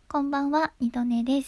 こんばんは、二度寝です。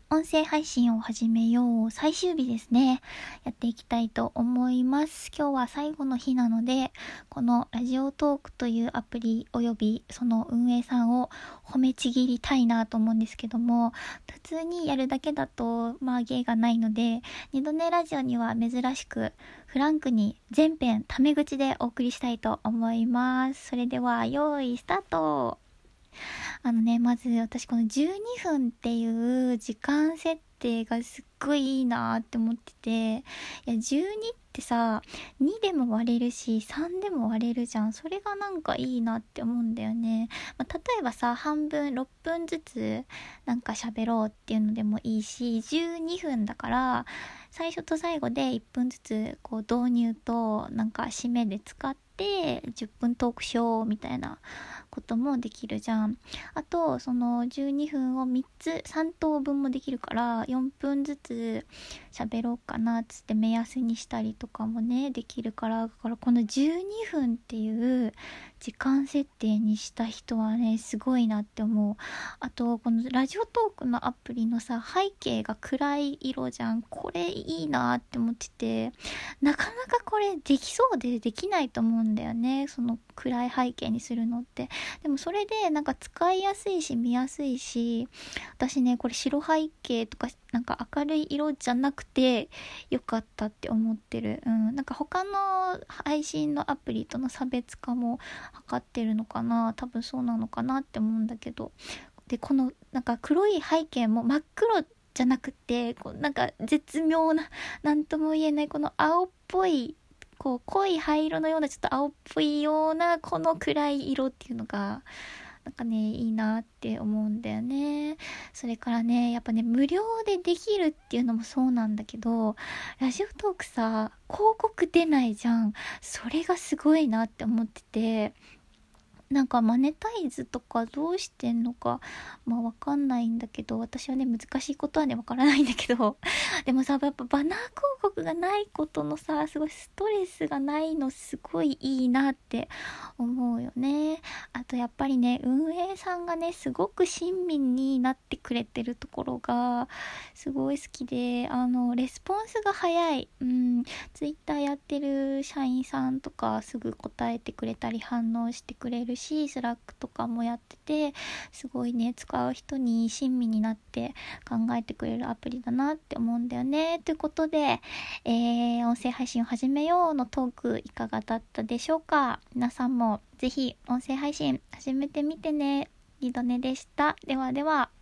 音声配信を始めよう。最終日ですね。やっていきたいと思います。今日は最後の日なので、このラジオトークというアプリおよびその運営さんを褒めちぎりたいなと思うんですけども、普通にやるだけだと芸がないので、二度寝ラジオには珍しくフランクに全編タメ口でお送りしたいと思います。それでは、用意スタート。まず私この12分っていう時間設定がすっごいいいなって思ってて、いや12ってさ、2でも割れるし3でも割れるじゃん。それがなんかいいなって思うんだよね。例えばさ、半分6分ずつなんか喋ろうっていうのでもいいし、12分だから最初と最後で1分ずつこう導入となんか締めで使って10分トークしようみたいなこともできるじゃん。あとその12分を3等分もできるから4分ずつ喋ろうかなっつって目安にしたりとかもねできるから、だからこの12分っていう時間設定にした人はねすごいなって思う。あとこのラジオトークのアプリのさ、背景が暗い色じゃん。これいいなって思ってて、なかなかこれできそうでできないと思うんだよね、その暗い背景にするのって。でもそれでなんか使いやすいし見やすいし、私ねこれ白背景とかなんか明るい色じゃなくてよかったって思ってる。なんか他の配信のアプリとの差別化も図ってるのかな、多分そうなのかなって思うんだけど、でこのなんか黒い背景も真っ黒じゃなくて、こうなんか絶妙な、なんとも言えないこの青っぽい、こう濃い灰色のようなちょっと青っぽいようなこの暗い色っていうのがなんかねいいなって思うんだよね。それからね、やっぱね無料でできるっていうのもそうなんだけど、ラジオトークさ広告出ないじゃん。それがすごいなって思ってて、なんかマネタイズとかどうしてんのかわかんないんだけど、私はね難しいことはねわからないんだけどでもさ、やっぱバナー広告がないことのさ、すごいストレスがないのすごいいいなって思うよね。あとやっぱりね、運営さんがねすごく親身になってくれてるところがすごい好きで、レスポンスが早い。ツイッターやってる社員さんとかすぐ答えてくれたり反応してくれるし、スラックとかもやってて、すごいね使う人に親身になって考えてくれるアプリだなって思うんだよね。ということで、音声配信を始めようのトークいかがだったでしょうか。皆さんもぜひ音声配信始めてみてね。二度寝でした。ではでは。